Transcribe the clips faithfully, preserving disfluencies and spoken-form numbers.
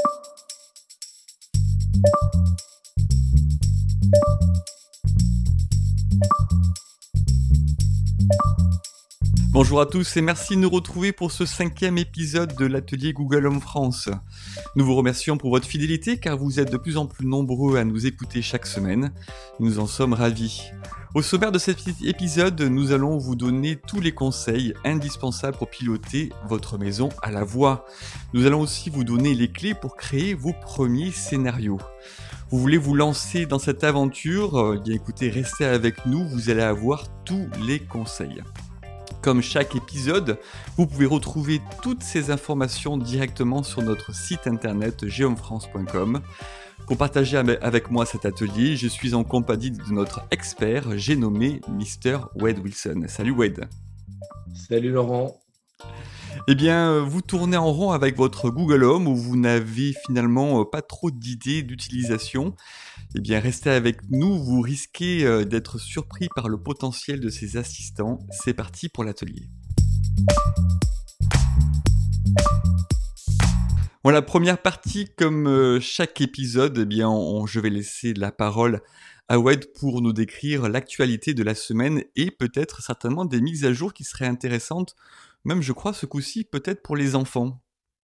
Bonjour à tous et merci de nous retrouver pour ce cinquième épisode de l'atelier Google Home France. Nous vous remercions pour votre fidélité car vous êtes de plus en plus nombreux à nous écouter chaque semaine. Nous en sommes ravis. Au sommaire de cet épisode, nous allons vous donner tous les conseils indispensables pour piloter votre maison à la voix. Nous allons aussi vous donner les clés pour créer vos premiers scénarios. Vous voulez vous lancer dans cette aventure ? Eh bien écoutez, restez avec nous, vous allez avoir tous les conseils. Comme chaque épisode, vous pouvez retrouver toutes ces informations directement sur notre site internet g home france point com. Pour partager avec moi cet atelier, je suis en compagnie de notre expert, j'ai nommé mister Wade Wilson. Salut Wade. Salut Laurent. Eh bien, vous tournez en rond avec votre Google Home où vous n'avez finalement pas trop d'idées d'utilisation. Eh bien, restez avec nous, vous risquez d'être surpris par le potentiel de ces assistants. C'est parti pour l'atelier. Bon, la première partie, comme chaque épisode, eh bien, on, je vais laisser la parole à Wade pour nous décrire l'actualité de la semaine et peut-être certainement des mises à jour qui seraient intéressantes, même je crois ce coup-ci peut-être pour les enfants.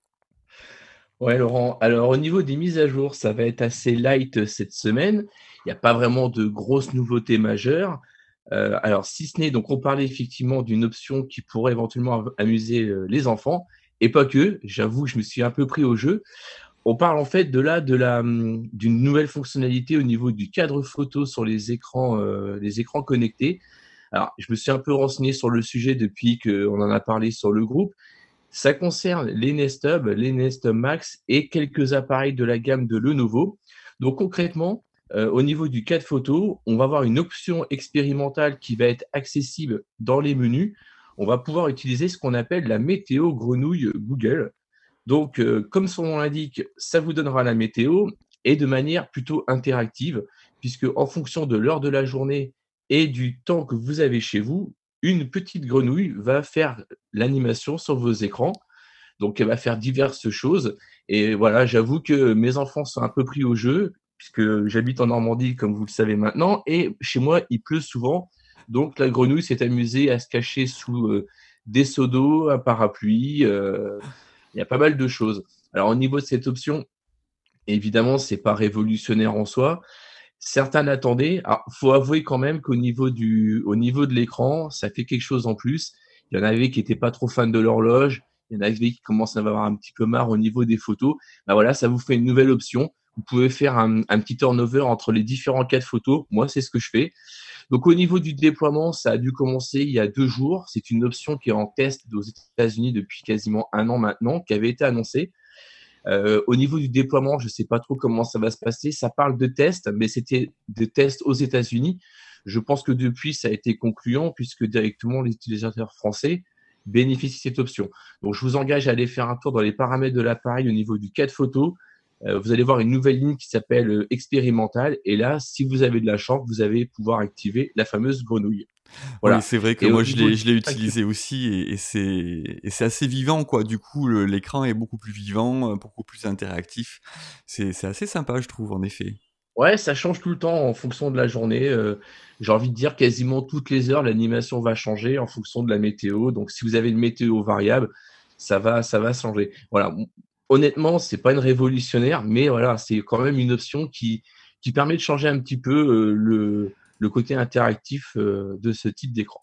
Ouais Laurent, alors au niveau des mises à jour, ça va être assez light cette semaine. Il n'y a pas vraiment de grosses nouveautés majeures. Euh, alors si ce n'est, donc on parlait effectivement d'une option qui pourrait éventuellement amuser euh, les enfants, et pas que, j'avoue que je me suis un peu pris au jeu. On parle en fait de là de la, hum, d'une nouvelle fonctionnalité au niveau du cadre photo sur les écrans, euh, les écrans connectés. Alors je me suis un peu renseigné sur le sujet depuis qu'on en a parlé sur le groupe. Ça concerne les Nest Hub, les Nest Hub Max et quelques appareils de la gamme de Lenovo. Donc concrètement, euh, au niveau du cadre photo, on va avoir une option expérimentale qui va être accessible dans les menus. On va pouvoir utiliser ce qu'on appelle la météo grenouille Google. Donc, euh, comme son nom l'indique, ça vous donnera la météo et de manière plutôt interactive, puisque en fonction de l'heure de la journée et du temps que vous avez chez vous, une petite grenouille va faire l'animation sur vos écrans. Donc, elle va faire diverses choses. Et voilà, j'avoue que mes enfants sont un peu pris au jeu, puisque j'habite en Normandie, comme vous le savez maintenant, et chez moi, il pleut souvent. Donc, la grenouille s'est amusée à se cacher sous euh, des seaux d'eau, un parapluie. Euh, il y a pas mal de choses. Alors, au niveau de cette option, évidemment, c'est pas révolutionnaire en soi. Certains l'attendaient. Alors, faut avouer quand même qu'au niveau du, au niveau de l'écran, ça fait quelque chose en plus. Il y en avait qui étaient pas trop fans de l'horloge. Il y en avait qui commencent à avoir un petit peu marre au niveau des photos. Ben voilà, ça vous fait une nouvelle option. Vous pouvez faire un, un petit turnover entre les différents cas de photos. Moi, c'est ce que je fais. Donc, au niveau du déploiement, ça a dû commencer il y a deux jours. C'est une option qui est en test aux États-Unis depuis quasiment un an maintenant, qui avait été annoncée. Euh, au niveau du déploiement, je ne sais pas trop comment ça va se passer. Ça parle de tests, mais c'était des tests aux États-Unis. Je pense que depuis, ça a été concluant puisque directement les utilisateurs français bénéficient de cette option. Donc, je vous engage à aller faire un tour dans les paramètres de l'appareil au niveau du cas de photo. Euh, vous allez voir une nouvelle ligne qui s'appelle euh, expérimental. Et là, si vous avez de la chance, vous allez pouvoir activer la fameuse grenouille. Oui, Voilà. c'est vrai que Et au moi je niveau l'ai, du... je l'ai utilisé aussi et, et, c'est, et c'est assez vivant quoi. Du coup, le- l'écran est beaucoup plus vivant, euh, beaucoup plus interactif. C'est, c'est assez sympa, je trouve, en effet. Ouais, ça change tout le temps en fonction de la journée. Euh, j'ai envie de dire quasiment toutes les heures, l'animation va changer en fonction de la météo. Donc, si vous avez une météo variable, ça va, ça va changer. Voilà. Honnêtement, c'est pas une révolutionnaire, mais voilà, c'est quand même une option qui, qui permet de changer un petit peu euh, le, le côté interactif euh, de ce type d'écran.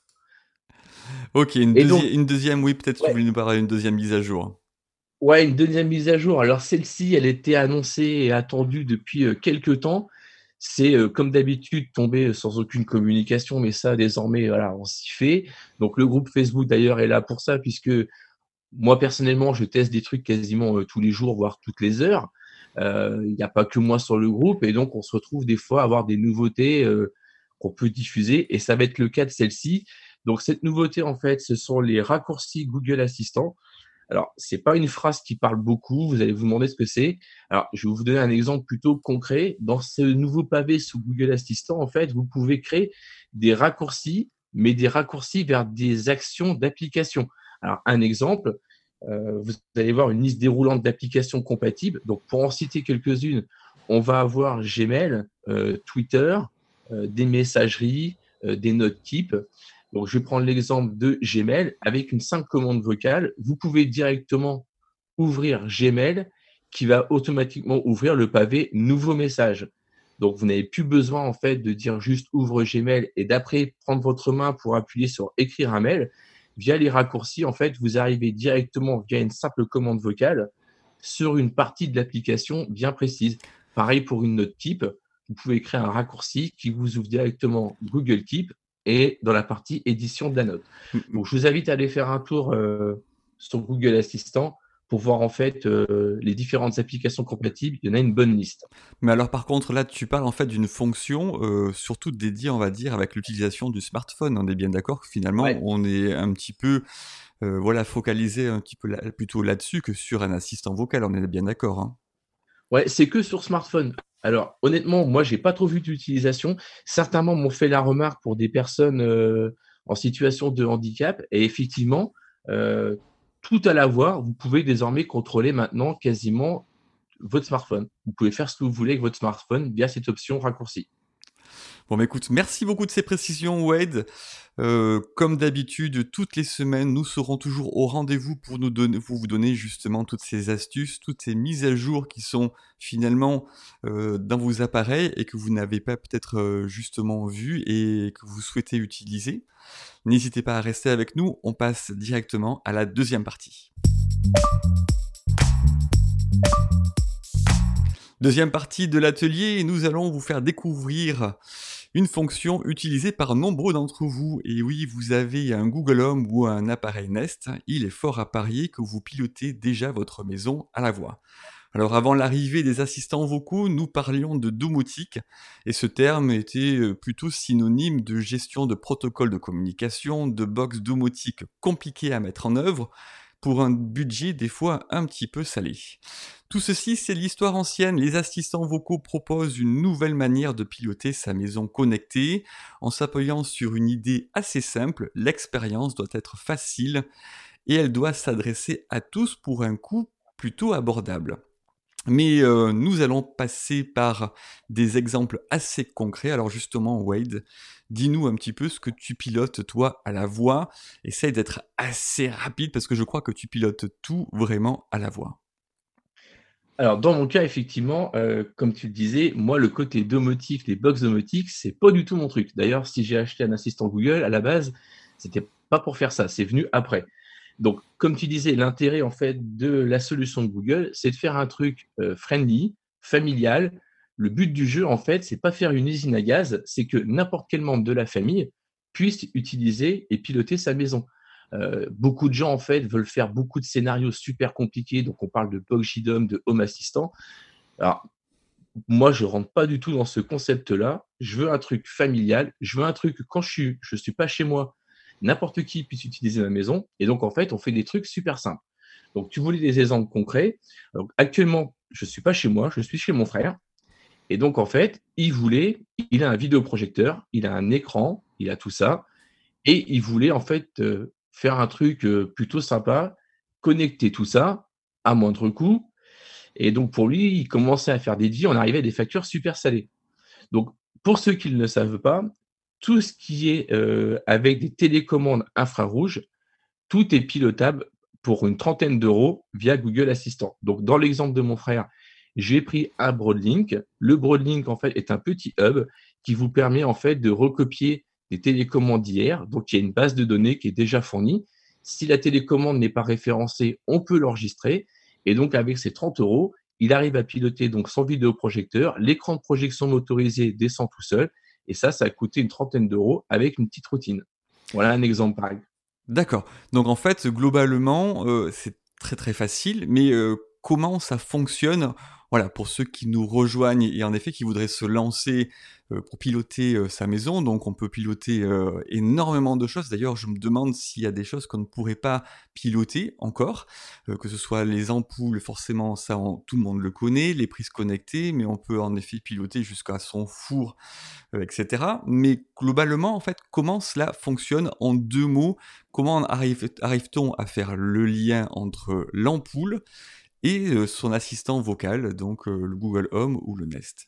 Ok, une, Et donc, deuxi- une deuxième, oui, peut-être tu ouais, voulais nous parler d'une deuxième mise à jour. ouais, une deuxième mise à jour. Alors, celle-ci, elle était annoncée et attendue depuis euh, quelques temps. C'est euh, comme d'habitude tombé sans aucune communication, mais ça désormais voilà, on s'y fait. Donc le groupe Facebook d'ailleurs est là pour ça, puisque moi personnellement je teste des trucs quasiment euh, tous les jours, voire toutes les heures. Euh, Il n'y a pas que moi sur le groupe, et donc on se retrouve des fois à avoir des nouveautés euh, qu'on peut diffuser, et ça va être le cas de celle-ci. Donc cette nouveauté en fait, ce sont les raccourcis Google Assistant. Alors, c'est pas une phrase qui parle beaucoup, vous allez vous demander ce que c'est. Alors, je vais vous donner un exemple plutôt concret. Dans ce nouveau pavé sous Google Assistant, en fait, vous pouvez créer des raccourcis, mais des raccourcis vers des actions d'application. Alors, un exemple, euh, vous allez voir une liste déroulante d'applications compatibles. Donc, pour en citer quelques-unes, on va avoir Gmail, euh, Twitter, euh, des messageries, euh, des notes types. Donc, je vais prendre l'exemple de Gmail. Avec une simple commande vocale, vous pouvez directement ouvrir Gmail qui va automatiquement ouvrir le pavé nouveau message. Donc, vous n'avez plus besoin en fait de dire juste ouvre Gmail et d'après prendre votre main pour appuyer sur écrire un mail. Via les raccourcis, en fait, vous arrivez directement via une simple commande vocale sur une partie de l'application bien précise. Pareil pour une note type, vous pouvez créer un raccourci qui vous ouvre directement Google Keep et dans la partie édition de la note. Donc, je vous invite à aller faire un tour euh, sur Google Assistant pour voir en fait euh, les différentes applications compatibles. Il y en a une bonne liste. Mais alors par contre là tu parles en fait d'une fonction euh, surtout dédiée on va dire avec l'utilisation du smartphone. On est bien d'accord que finalement Ouais. on est un petit peu euh, voilà focalisé un petit peu là, plutôt là-dessus que sur un assistant vocal. On est bien d'accord. Hein. Ouais, c'est que sur smartphone. Alors, honnêtement, moi, j'ai pas trop vu d'utilisation. Certainement m'ont fait la remarque pour des personnes euh, en situation de handicap. Et effectivement, euh, tout à la voix, vous pouvez désormais contrôler maintenant quasiment votre smartphone. Vous pouvez faire ce que vous voulez avec votre smartphone via cette option raccourci. Bon bah écoute, merci beaucoup de ces précisions Wade. Euh, comme d'habitude, toutes les semaines, nous serons toujours au rendez-vous pour, nous donner, pour vous donner justement toutes ces astuces, toutes ces mises à jour qui sont finalement euh, dans vos appareils et que vous n'avez pas peut-être euh, justement vues et que vous souhaitez utiliser. N'hésitez pas à rester avec nous, on passe directement à la deuxième partie. Deuxième partie de l'atelier, et nous allons vous faire découvrir une fonction utilisée par nombreux d'entre vous. Et oui, vous avez un Google Home ou un appareil Nest, il est fort à parier que vous pilotez déjà votre maison à la voix. Alors avant l'arrivée des assistants vocaux, nous parlions de domotique, et ce terme était plutôt synonyme de gestion de protocoles de communication, de box domotique compliquées à mettre en œuvre, pour un budget des fois un petit peu salé. Tout ceci, c'est l'histoire ancienne. Les assistants vocaux proposent une nouvelle manière de piloter sa maison connectée. En s'appuyant sur une idée assez simple, l'expérience doit être facile et elle doit s'adresser à tous pour un coût plutôt abordable. Mais euh, nous allons passer par des exemples assez concrets. Alors justement, Wade, dis-nous un petit peu ce que tu pilotes toi à la voix. Essaye d'être assez rapide parce que je crois que tu pilotes tout vraiment à la voix. Alors, dans mon cas, effectivement, euh, comme tu le disais, moi, le côté domotique, les box domotiques, c'est pas du tout mon truc. D'ailleurs, si j'ai acheté un assistant Google, à la base, c'était pas pour faire ça, c'est venu après. Donc, comme tu disais, l'intérêt en fait de la solution de Google, c'est de faire un truc euh, friendly, familial. Le but du jeu, en fait, c'est pas faire une usine à gaz, c'est que n'importe quel membre de la famille puisse utiliser et piloter sa maison. Euh, beaucoup de gens, en fait, veulent faire beaucoup de scénarios super compliqués. Donc, on parle de Box J D O M, de Home Assistant. Alors, moi, je rentre pas du tout dans ce concept-là. Je veux un truc familial. Je veux un truc que quand je suis, je suis pas chez moi, n'importe qui puisse utiliser ma maison. Et donc, en fait, on fait des trucs super simples. Donc, tu voulais des exemples concrets. Donc, actuellement, je suis pas chez moi, je suis chez mon frère. Et donc, en fait, il voulait, il a un vidéoprojecteur, il a un écran, il a tout ça. Et il voulait, en fait, euh, faire un truc euh, plutôt sympa, connecter tout ça à moindre coût. Et donc, pour lui, il commençait à faire des devis, on arrivait à des factures super salées. Donc, pour ceux qui ne le savent pas, tout ce qui est euh, avec des télécommandes infrarouges, tout est pilotable pour une trentaine d'euros via Google Assistant. Donc, dans l'exemple de mon frère, j'ai pris un Broadlink. Le Broadlink, en fait, est un petit hub qui vous permet, en fait, de recopier des télécommandes d'hier. Donc, il y a une base de données qui est déjà fournie. Si la télécommande n'est pas référencée, on peut l'enregistrer. Et donc, avec ces trente euros, il arrive à piloter donc son vidéoprojecteur. L'écran de projection motorisé descend tout seul. Et ça, ça a coûté une trentaine d'euros avec une petite routine. Voilà un exemple pareil. D'accord. Donc en fait, globalement, euh, c'est très très facile, mais euh, comment ça fonctionne. Voilà, pour ceux qui nous rejoignent et en effet qui voudraient se lancer euh, pour piloter euh, sa maison. Donc on peut piloter euh, énormément de choses. D'ailleurs, je me demande s'il y a des choses qu'on ne pourrait pas piloter encore, euh, que ce soit les ampoules, forcément ça on- tout le monde le connaît, les prises connectées, mais on peut en effet piloter jusqu'à son four, euh, et cetera. Mais globalement, en fait, comment cela fonctionne en deux mots? Comment arrive- arrive-t-on à faire le lien entre l'ampoule et euh, son assistant vocal, donc euh, le Google Home ou le Nest?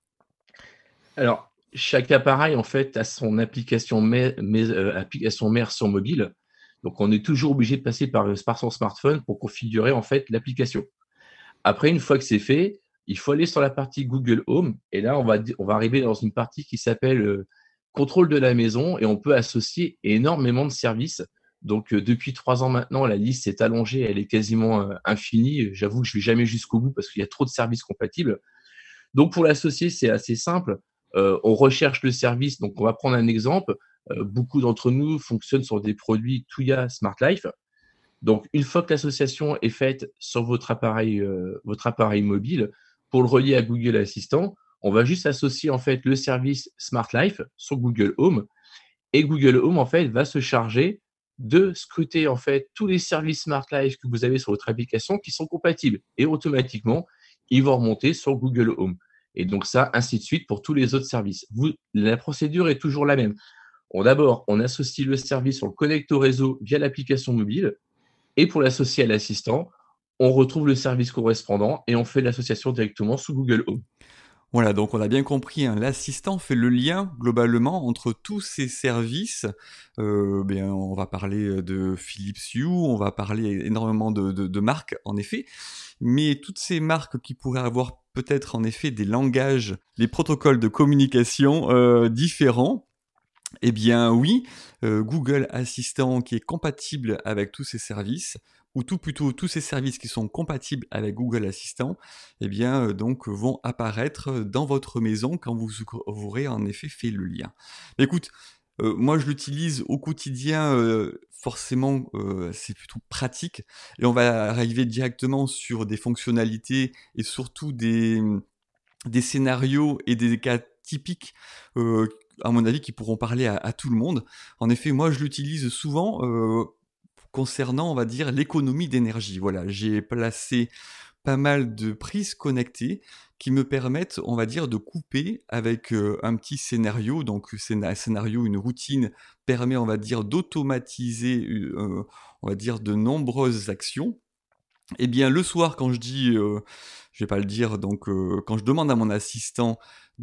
Alors, chaque appareil, en fait, a son application mai mais heu, application mère sur mobile. Donc on est toujours obligé de passer par, heu, par son smartphone pour configurer, en fait, l'application. Après, une fois que c'est fait, il faut aller sur la partie Google Home et là, on va di on va arriver dans une partie qui s'appelle, heu, contrôle de la maison et on peut associer énormément de services. Donc, heu, depuis trois ans maintenant, la liste s'est allongée, elle est quasiment, heu, infinie. J'avoue que je vais jamais jusqu'au bout parce qu'il y a trop de services compatibles. Donc pour l'associer, c'est assez simple. Heu, on recherche le service, donc on va prendre un exemple. Heu, beaucoup d'entre nous fonctionnent sur des produits Tuya Smart Life. Donc une fois que l'association est faite sur votre appareil, heu, votre appareil mobile, pour le relier à Google Assistant, on va juste associer en fait le service Smart Life sur Google Home et Google Home en fait va se charger de scruter en fait tous les services Smart Life que vous avez sur votre application qui sont compatibles et automatiquement, ils vont remonter sur Google Home et donc ça, ainsi de suite pour tous les autres services. Vous la procédure est toujours la même. On d'abord, on associe le service, on le connecte au réseau via l'application mobile et pour l'associer à l'assistant, on retrouve le service correspondant et on fait l'association directement sous Google Home. Voilà, donc on a bien compris, hein, l'assistant fait le lien globalement entre tous ces services. Euh, ben, on va parler de Philips Hue, on va parler énormément de, de- de marques, en effet, mais toutes ces marques qui pourraient avoir peut-être en effet des langages, les protocoles de communication euh, différents. Eh bien oui, heu, Google Assistant qui est compatible avec tous ces services, ou tout plutôt tous ces services qui sont compatibles avec Google Assistant, eh bien, heu, donc vont apparaître dans votre maison quand vous vous aurez en effet fait le lien. Écoute, heu, moi je l'utilise au quotidien, heu, forcément, heu, c'est plutôt pratique et on va arriver directement sur des fonctionnalités et surtout des, mmh des scénarios et des cas typiques, heu, à mon avis, qui pourront parler à à tout le monde. En effet, moi, je l'utilise souvent, heu, concernant, on va dire, l'économie d'énergie. Voilà, j'ai placé pas mal de prises connectées qui me permettent, on va dire, de couper avec, heu, un petit scénario. Donc scéna un scénario, une routine permet, on va dire, d'automatiser, heu, on va dire, de nombreuses actions. Eh bien, le soir, quand je dis, heu, je vais pas le dire, donc heu, quand je demande à mon assistant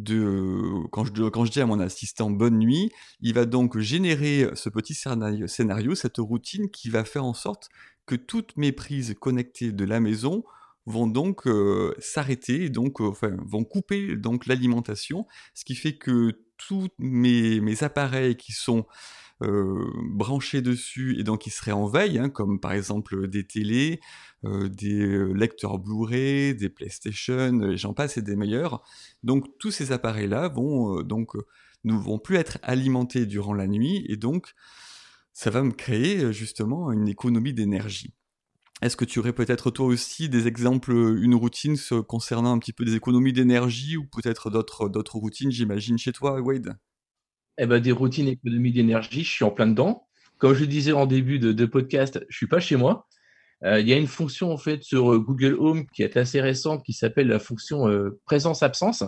de quand je de quand je dis à mon assistant: «Bonne nuit», il va donc générer ce petit cernario scénario, cette routine qui va faire en sorte que toutes mes prises connectées de la maison vont donc, heu, s'arrêter et donc, heu, enfin, vont couper donc l'alimentation. Ce qui fait que tous mes mes appareils qui sont heu, branchés dessus et donc ils seraient en veille, hein, comme par exemple, des télés, heu, des, heu, lecteurs Blu-ray, des PlayStation, et j'en passe et des meilleurs. Donc tous ces appareils-là vont, heu, donc, heu, ne vont plus être alimentés durant la nuit et donc ça va me créer, heu, justement une économie d'énergie. Est-ce que tu aurais peut-être toi aussi des exemples, heu, une routine se concernant un petit peu des économies d'énergie ou peut-être d'autres d'autres routines, j'imagine, chez toi, Wade? Eh ben, des routines économie d'énergie, je suis en plein dedans. Comme je le disais en début de de podcast, je suis pas chez moi. Heu, il y a une fonction en fait sur, heu, Google Home qui est assez récente qui s'appelle la fonction, heu, présence-absence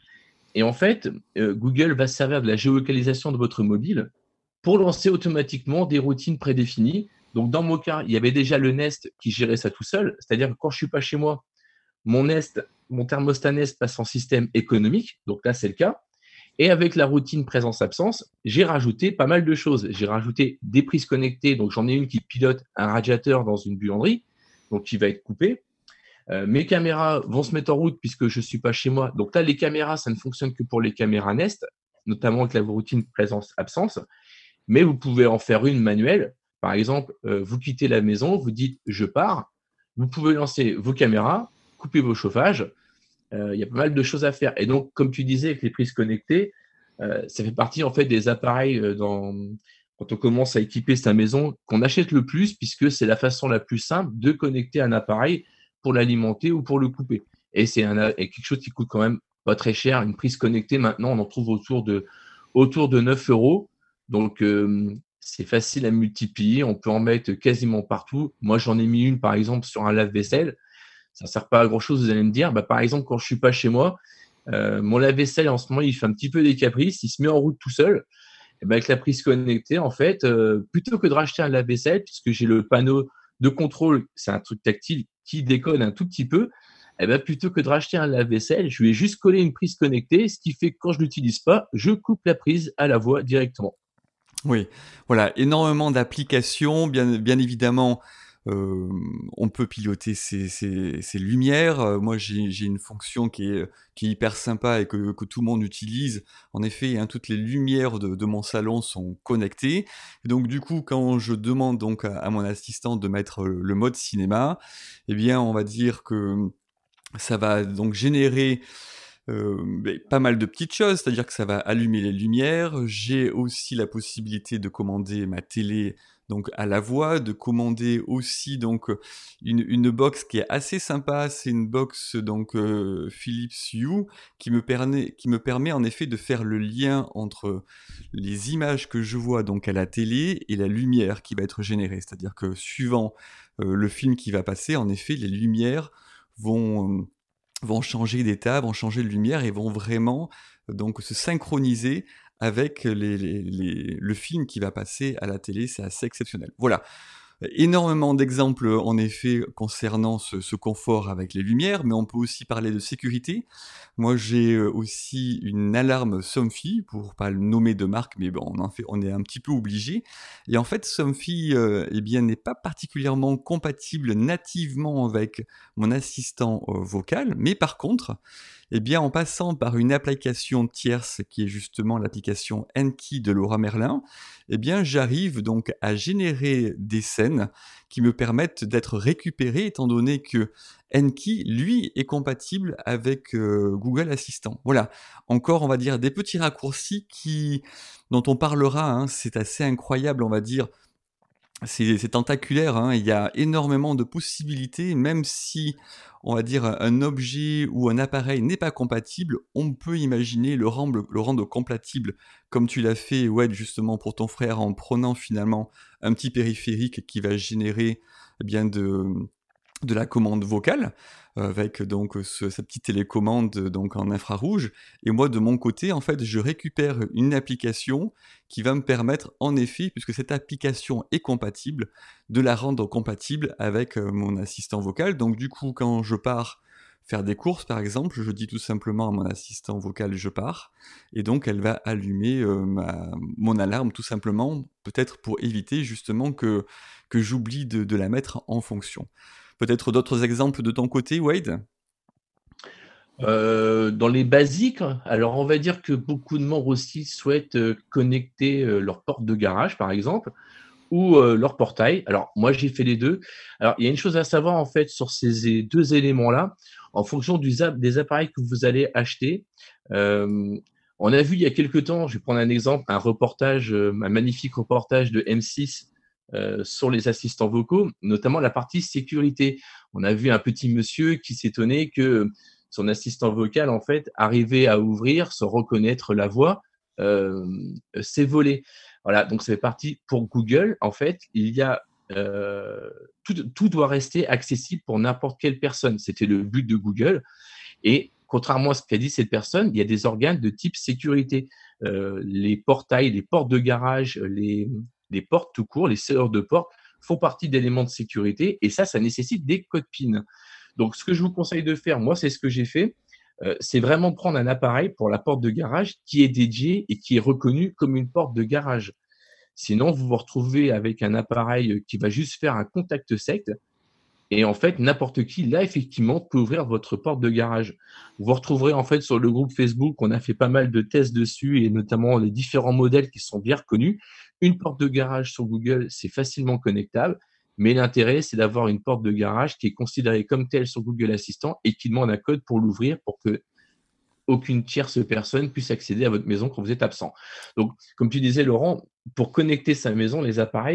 et en fait, heu, Google va se servir de la géolocalisation de votre mobile pour lancer automatiquement des routines prédéfinies. Donc dans mon cas, il y avait déjà le Nest qui gérait ça tout seul, c'est-à-dire que quand je suis pas chez moi, mon Nest mon thermostat Nest passe en système économique, donc là, c'est le cas. Et avec la routine présence-absence, j'ai rajouté pas mal de choses. J'ai rajouté des prises connectées, donc j'en ai une qui pilote un radiateur dans une buanderie, donc qui va être coupée. Heu, mes caméras vont se mettre en route puisque je suis pas chez moi. Donc là, les caméras, ça ne fonctionne que pour les caméras Nest, notamment avec la routine présence-absence, mais vous pouvez en faire une manuelle. Par exemple, heu, vous quittez la maison, vous dites: «Je pars». Vous pouvez lancer vos caméras, couper vos chauffages. Heu, il y a pas mal de choses à faire et donc comme tu disais avec les prises connectées, heu, ça fait partie en fait des appareils, heu, dans quand on commence à équiper sa maison qu'on achète le plus puisque c'est la façon la plus simple de connecter un appareil pour l'alimenter ou pour le couper. Et c'est un, et quelque chose qui coûte quand même pas très cher. Une prise connectée, maintenant, on en trouve autour de, autour de neuf euros. Donc, euh, c'est facile à multiplier. On peut en mettre quasiment partout. Moi, j'en ai mis une, par exemple, sur un lave-vaisselle. Ça ne sert pas à grand-chose, vous allez me dire. Bah, par exemple, quand je suis pas chez moi, euh, mon lave-vaisselle, en ce moment, il fait un petit peu des caprices. Il se met en route tout seul. Et ben, avec la prise connectée, en fait, euh, plutôt que de racheter un lave-vaisselle, puisque j'ai le panneau de contrôle, c'est un truc tactile qui déconne un tout petit peu, et ben, plutôt que de racheter un lave-vaisselle, je lui ai juste collé une prise connectée, ce qui fait que quand je l'utilise pas, je coupe la prise à la voix directement. Oui, voilà, énormément d'applications, bien, bien évidemment. Euh, on peut piloter ces, ces, ces lumières. Euh, moi, j'ai, j'ai une fonction qui est, qui est hyper sympa et que, que tout le monde utilise. En effet, hein, toutes les lumières de, de mon salon sont connectées. Et donc, du coup, quand je demande donc à, à mon assistant de mettre le, le mode cinéma, eh bien, on va dire que ça va donc générer euh, mais pas mal de petites choses, c'est-à-dire que ça va allumer les lumières. J'ai aussi la possibilité de commander ma télé donc à la voix, de commander aussi donc une, une box qui est assez sympa. C'est une box donc euh, Philips Hue qui me permet qui me permet en effet de faire le lien entre les images que je vois donc à la télé et la lumière qui va être générée. C'est-à-dire que suivant euh, le film qui va passer, en effet, les lumières vont euh, vont changer d'état, vont changer de lumière et vont vraiment donc se synchroniser avec les, les, les, le film qui va passer à la télé. C'est assez exceptionnel. Voilà. Énormément d'exemples en effet concernant ce, ce confort avec les lumières, mais on peut aussi parler de sécurité. Moi j'ai aussi une alarme Somfy, pour pas le nommer de marque, mais bon, on en fait, on est un petit peu obligé. Et en fait Somfy euh, eh bien, n'est pas particulièrement compatible nativement avec mon assistant euh, vocal, mais par contre, eh bien, en passant par une application tierce qui est justement l'application Enki de Laura Merlin, eh bien, j'arrive donc à générer des scènes qui me permettent d'être récupérées étant donné que Enki, lui, est compatible avec euh, Google Assistant. Voilà, encore, on va dire, des petits raccourcis qui, dont on parlera, hein, c'est assez incroyable, on va dire, c'est, c'est tentaculaire, hein. Il y a énormément de possibilités, même si, on va dire, un objet ou un appareil n'est pas compatible, on peut imaginer le rendre, le rendre compatible, comme tu l'as fait, ouais, justement, pour ton frère, en prenant finalement un petit périphérique qui va générer eh bien de, de la commande vocale, euh, avec donc ce, cette petite télécommande donc en infrarouge. Et moi, de mon côté, en fait, je récupère une application qui va me permettre, en effet, puisque cette application est compatible, de la rendre compatible avec euh, mon assistant vocal. Donc du coup, quand je pars faire des courses, par exemple, je dis tout simplement à mon assistant vocal «je pars», et donc elle va allumer euh, ma, mon alarme tout simplement, peut-être pour éviter justement que, que j'oublie de, de la mettre en fonction. Peut-être d'autres exemples de ton côté, Wade? Euh, dans les basiques, alors on va dire que beaucoup de membres aussi souhaitent euh, connecter euh, leur porte de garage, par exemple, ou euh, leur portail. Alors moi, j'ai fait les deux. Alors il y a une chose à savoir en fait sur ces deux éléments-là, en fonction du zap- des appareils que vous allez acheter. euh, on a vu il y a quelque temps, je vais prendre un exemple, un reportage, euh, un magnifique reportage de M six euh, sur les assistants vocaux, notamment la partie sécurité. On a vu un petit monsieur qui s'étonnait que son assistant vocal en fait arrivait à ouvrir sans reconnaître la voix euh, ses volets. Voilà, donc ça fait partie pour Google. En fait, il y a euh, tout, tout doit rester accessible pour n'importe quelle personne. C'était le but de Google. Et contrairement à ce qu'a dit cette personne, il y a des organes de type sécurité. Euh, les portails, les portes de garage, les, les portes tout court, les serrures de porte font partie d'éléments de sécurité. Et ça, ça nécessite des codes PIN. Donc, ce que je vous conseille de faire, moi, c'est ce que j'ai fait. Euh, c'est vraiment prendre un appareil pour la porte de garage qui est dédié et qui est reconnu comme une porte de garage. Sinon, vous vous retrouvez avec un appareil qui va juste faire un contact sec. Et en fait, n'importe qui, là, effectivement, peut ouvrir votre porte de garage. Vous vous retrouverez en fait sur le groupe Facebook, on a fait pas mal de tests dessus et notamment les différents modèles qui sont bien reconnus. Une porte de garage sur Google, c'est facilement connectable. Mais l'intérêt, c'est d'avoir une porte de garage qui est considérée comme telle sur Google Assistant et qui demande un code pour l'ouvrir pour que aucune tierce personne puisse accéder à votre maison quand vous êtes absent. Donc, comme tu disais, Laurent, pour connecter sa maison, les appareils,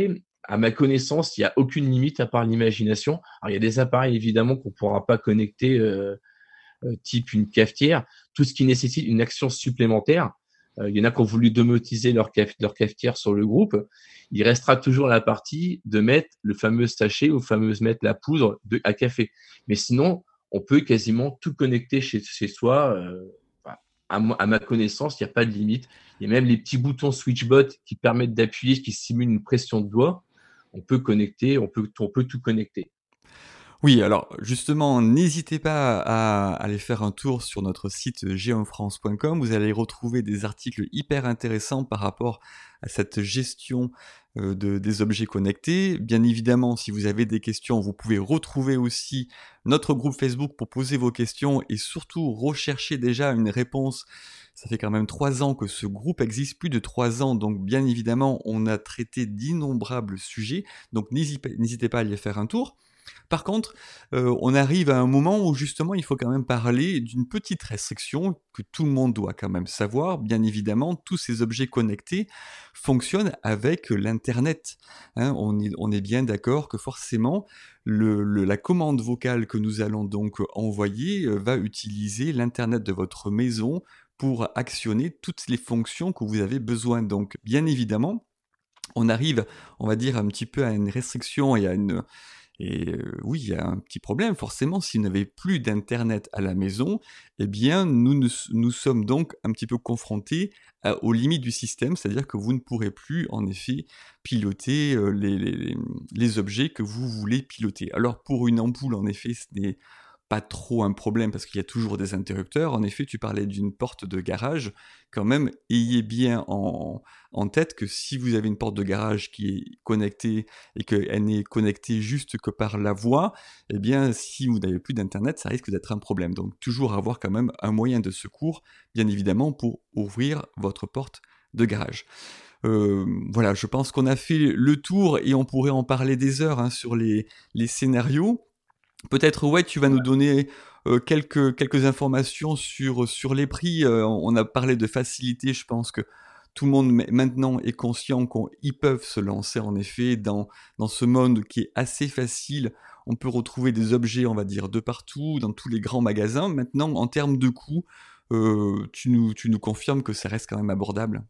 à ma connaissance, il n'y a aucune limite à part l'imagination. Alors, il y a des appareils évidemment qu'on ne pourra pas connecter, euh, euh, type une cafetière, tout ce qui nécessite une action supplémentaire. Euh, il y en a qui ont voulu domotiser leur, caf- leur cafetière sur le groupe. Il restera toujours la partie de mettre le fameux sachet ou fameuse mettre la poudre de, à café. Mais sinon, on peut quasiment tout connecter chez, chez soi. Euh, enfin, à, mo- à ma connaissance, il n'y a pas de limite. Il y a même les petits boutons SwitchBot qui permettent d'appuyer, qui simulent une pression de doigt. On peut connecter, on peut, on peut tout connecter. Oui, alors justement, n'hésitez pas à aller faire un tour sur notre site geomfrance point com. Vous allez retrouver des articles hyper intéressants par rapport à cette gestion euh, de, des objets connectés. Bien évidemment, si vous avez des questions, vous pouvez retrouver aussi notre groupe Facebook pour poser vos questions et surtout rechercher déjà une réponse. Ça fait quand même trois ans que ce groupe existe, plus de trois ans, donc bien évidemment, on a traité d'innombrables sujets. Donc n'hésitez n'hésitez pas à aller faire un tour. Par contre, euh, on arrive à un moment où justement il faut quand même parler d'une petite restriction que tout le monde doit quand même savoir. Bien évidemment, tous ces objets connectés fonctionnent avec l'Internet. Hein, on, est, on est bien d'accord que forcément, le, le, la commande vocale que nous allons donc envoyer euh, va utiliser l'Internet de votre maison pour actionner toutes les fonctions que vous avez besoin. Donc, bien évidemment, on arrive, on va dire, un petit peu à une restriction et à une et euh, oui, il y a un petit problème, forcément, si vous n'avez plus d'internet à la maison, eh bien, nous, nous, nous sommes donc un petit peu confrontés à- aux limites du système, c'est-à-dire que vous ne pourrez plus, en effet, piloter euh, les, les- les objets que vous voulez piloter. Alors, pour une ampoule, en effet, ce n'est pas trop un problème parce qu'il y a toujours des interrupteurs. En effet, tu parlais d'une porte de garage. Quand même, ayez bien en, en tête que si vous avez une porte de garage qui est connectée et qu'elle n'est connectée juste que par la voix, eh bien, si vous n'avez plus d'internet, ça risque d'être un problème. Donc, toujours avoir quand même un moyen de secours, bien évidemment, pour ouvrir votre porte de garage. Euh, voilà, je pense qu'on a fait le tour et on pourrait en parler des heures hein, sur les, les scénarios. Peut-être, ouais, tu vas nous donner euh, quelques, quelques informations sur, sur les prix. Euh, on a parlé de facilité, je pense que tout le monde maintenant est conscient qu'ils peuvent se lancer en effet dans, dans ce monde qui est assez facile. On peut retrouver des objets, on va dire, de partout, dans tous les grands magasins. Maintenant, en termes de coûts, euh, tu, nous, tu nous confirmes que ça reste quand même abordable.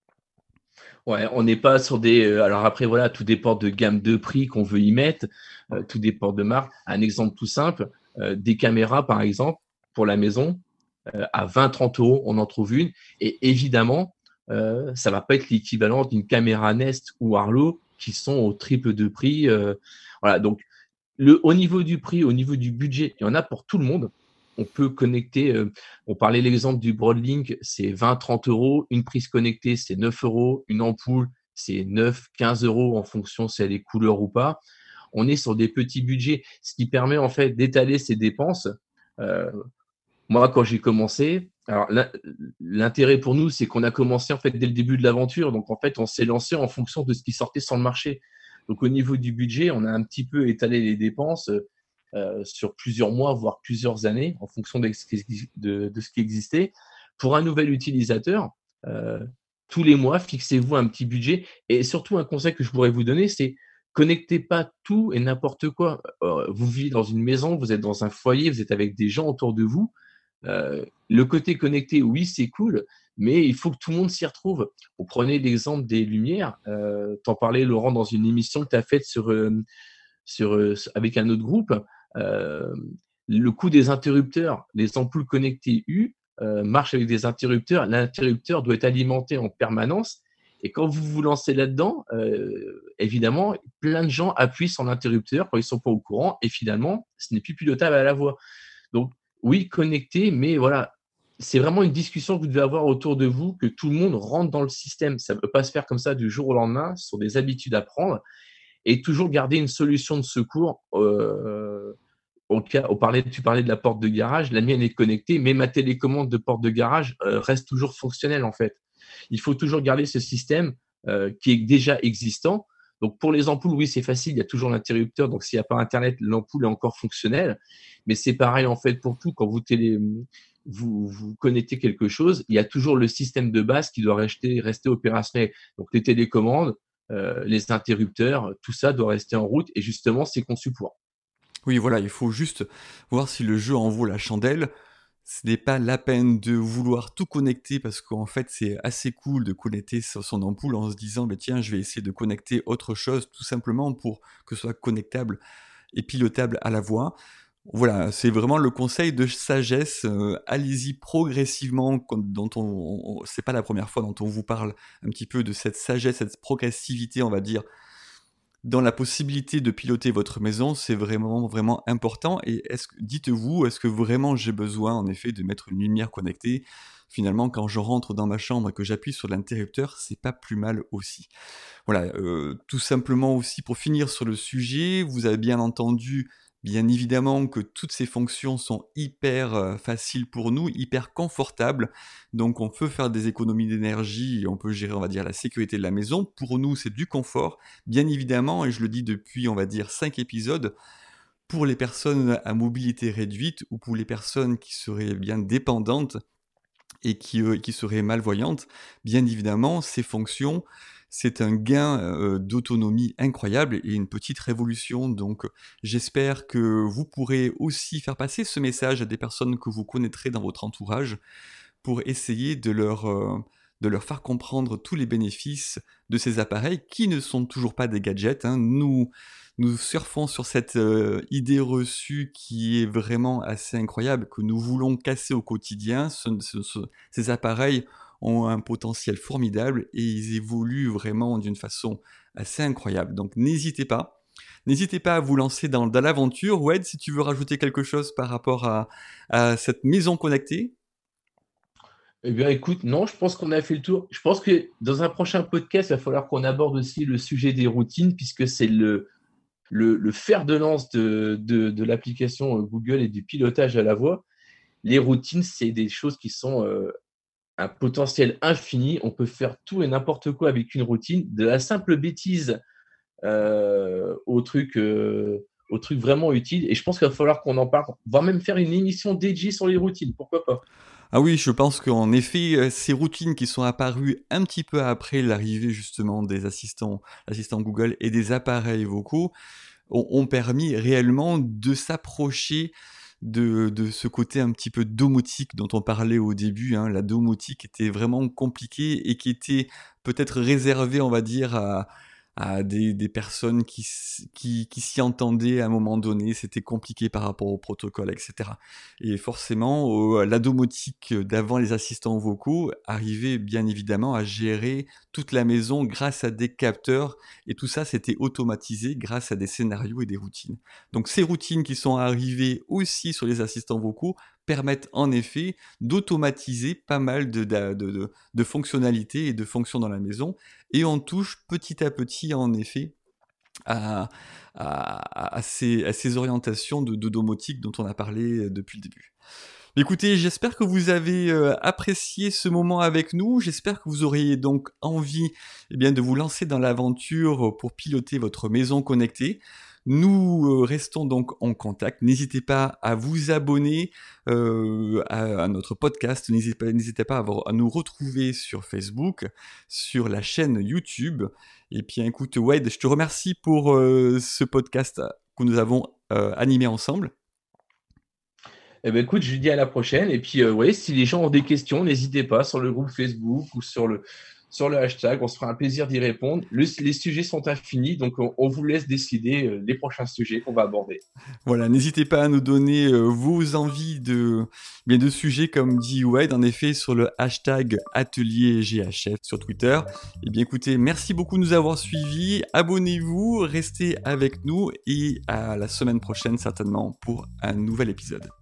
Ouais, on n'est pas sur des. Euh, alors après, voilà, tout dépend de gamme de prix qu'on veut y mettre, euh, tout dépend de marque. Un exemple tout simple, euh, des caméras, par exemple, pour la maison, euh, à vingt trente euros, on en trouve une. Et évidemment, euh, ça va pas être l'équivalent d'une caméra Nest ou Arlo qui sont au triple de prix. Euh, voilà, donc le, au niveau du prix, au niveau du budget, il y en a pour tout le monde. On peut connecter, euh, on parlait l'exemple du Broadlink, c'est vingt trente euros. Une prise connectée, c'est neuf euros. Une ampoule, c'est neuf quinze euros en fonction si elle est couleur ou pas. On est sur des petits budgets, ce qui permet en fait d'étaler ses dépenses. Euh, Moi, quand j'ai commencé, alors l'intérêt pour nous, c'est qu'on a commencé en fait dès le début de l'aventure. Donc en fait, on s'est lancé en fonction de ce qui sortait sur le marché. Donc au niveau du budget, on a un petit peu étalé les dépenses euh, sur plusieurs mois, voire plusieurs années, en fonction de, de, de ce qui existait. Pour un nouvel utilisateur, euh, tous les mois, fixez-vous un petit budget. Et surtout, un conseil que je pourrais vous donner, c'est connectez pas tout et n'importe quoi. Euh, vous vivez dans une maison, vous êtes dans un foyer, vous êtes avec des gens autour de vous. Euh, le côté connecté, oui, c'est cool, mais il faut que tout le monde s'y retrouve. Vous prenez l'exemple des lumières. Euh, T'en parlais, Laurent, dans une émission que tu as faite sur, euh, sur, euh, avec un autre groupe. Euh, le coût des interrupteurs, les ampoules connectées U euh, marchent avec des interrupteurs. L'interrupteur doit être alimenté en permanence. Et quand vous vous lancez là-dedans, euh, évidemment, plein de gens appuient sur l'interrupteur quand ils ne sont pas au courant. Et finalement, ce n'est plus pilotable à la voix. Donc, oui, connecté, mais voilà, c'est vraiment une discussion que vous devez avoir autour de vous, que tout le monde rentre dans le système. Ça ne peut pas se faire comme ça du jour au lendemain. Ce sont des habitudes à prendre et toujours garder une solution de secours. Euh, au cas, au parler, tu parlais de la porte de garage, la mienne est connectée, mais ma télécommande de porte de garage euh, reste toujours fonctionnelle en fait. Il faut toujours garder ce système euh, qui est déjà existant. Donc pour les ampoules, oui, c'est facile, il y a toujours l'interrupteur. Donc s'il n'y a pas Internet, l'ampoule est encore fonctionnelle. Mais c'est pareil en fait pour tout. Quand vous, télé, vous, vous connectez quelque chose, il y a toujours le système de base qui doit rester, rester opérationnel. Donc les télécommandes, euh, les interrupteurs, tout ça doit rester en route et justement, c'est conçu pour. Oui, voilà, il faut juste voir si le jeu en vaut la chandelle. Ce n'est pas la peine de vouloir tout connecter parce qu'en fait, c'est assez cool de connecter sur son ampoule en se disant, bah, tiens, je vais essayer de connecter autre chose tout simplement pour que ce soit connectable et pilotable à la voix. Voilà, c'est vraiment le conseil de sagesse. Euh, allez-y progressivement, quand- dont on, on- c'est pas la première fois dont on vous parle un petit peu de cette sagesse, cette progressivité, on va dire, dans la possibilité de piloter votre maison, c'est vraiment, vraiment important. Et est-ce que, dites-vous, est-ce que vraiment j'ai besoin, en effet, de mettre une lumière connectée? Finalement, quand je rentre dans ma chambre et que j'appuie sur l'interrupteur, c'est pas plus mal aussi. Voilà, euh, tout simplement aussi pour finir sur le sujet, vous avez bien entendu, bien évidemment, que toutes ces fonctions sont hyper euh, faciles pour nous, hyper confortables. Donc on peut faire des économies d'énergie et on peut gérer, on va dire, la sécurité de la maison. Pour nous, c'est du confort, bien évidemment, et je le dis depuis, on va dire, cinq épisodes. Pour les personnes à mobilité réduite ou pour les personnes qui seraient bien dépendantes et qui, euh, qui seraient malvoyantes, bien évidemment, ces fonctions, c'est un gain euh, d'autonomie incroyable et une petite révolution. Donc, j'espère que vous pourrez aussi faire passer ce message à des personnes que vous connaîtrez dans votre entourage pour essayer de leur, euh, de leur faire comprendre tous les bénéfices de ces appareils qui ne sont toujours pas des gadgets. Hein. Nous, nous surfons sur cette euh, idée reçue qui est vraiment assez incroyable, que nous voulons casser au quotidien. Ce- ce- ce- ces appareils ont un potentiel formidable et ils évoluent vraiment d'une façon assez incroyable. Donc n'hésitez pas. N'hésitez pas à vous lancer dans, dans l'aventure. Wed, si tu veux rajouter quelque chose par rapport à, à cette maison connectée. Eh bien, écoute, non, je pense qu'on a fait le tour. Je pense que dans un prochain podcast, il va falloir qu'on aborde aussi le sujet des routines, puisque c'est le, le, le fer de lance de, de, de l'application Google et du pilotage à la voix. Les routines, c'est des choses qui sont euh, un potentiel infini. On peut faire tout et n'importe quoi avec une routine, de la simple bêtise euh, au truc, euh, au truc vraiment utile. Et je pense qu'il va falloir qu'on en parle. On va même faire une émission dédiée sur les routines. Pourquoi pas? Ah oui, je pense qu'en effet, euh, ces routines qui sont apparues un petit peu après l'arrivée justement des assistants, assistants Google et des appareils vocaux ont, ont permis réellement de s'approcher de, de ce côté un petit peu domotique dont on parlait au début. Hein. La domotique était vraiment compliquée et qui était peut-être réservée, on va dire, à, à des, des personnes qui, s- qui, qui s'y entendaient à un moment donné. C'était compliqué par rapport au protocole, et cetera. Et forcément, euh, la domotique d'avant les assistants vocaux arrivait bien évidemment à gérer toute la maison grâce à des capteurs et tout ça, c'était automatisé grâce à des scénarios et des routines. Donc ces routines qui sont arrivées aussi sur les assistants vocaux permettent en effet d'automatiser pas mal de, de, de, de fonctionnalités et de fonctions dans la maison. Et on touche petit à petit, en effet, à, à, à, ces, à ces orientations de, de domotique dont on a parlé depuis le début. Écoutez, j'espère que vous avez euh, apprécié ce moment avec nous. J'espère que vous auriez donc envie eh bien, de vous lancer dans l'aventure pour piloter votre maison connectée. Nous euh, restons donc en contact. N'hésitez pas à vous abonner euh, à, à notre podcast. N'hésitez pas, n'hésitez pas à, vous- à nous retrouver sur Facebook, sur la chaîne YouTube. Et puis écoute, Wade, je te remercie pour euh, ce podcast que nous avons euh, animé ensemble. Eh ben, écoute, je lui dis à la prochaine. Et puis, euh, ouais, si les gens ont des questions, n'hésitez pas sur le groupe Facebook ou sur le, sur le hashtag. On se fera un plaisir d'y répondre. Le- les sujets sont infinis, donc on, on vous laisse décider euh, les prochains sujets qu'on va aborder. Voilà, n'hésitez pas à nous donner euh, vos envies de, bien de sujets comme dit Wade, en effet, sur le hashtag atelier G H F sur Twitter. Et bien écoutez, merci beaucoup de nous avoir suivis. Abonnez-vous, restez avec nous et à la semaine prochaine certainement pour un nouvel épisode.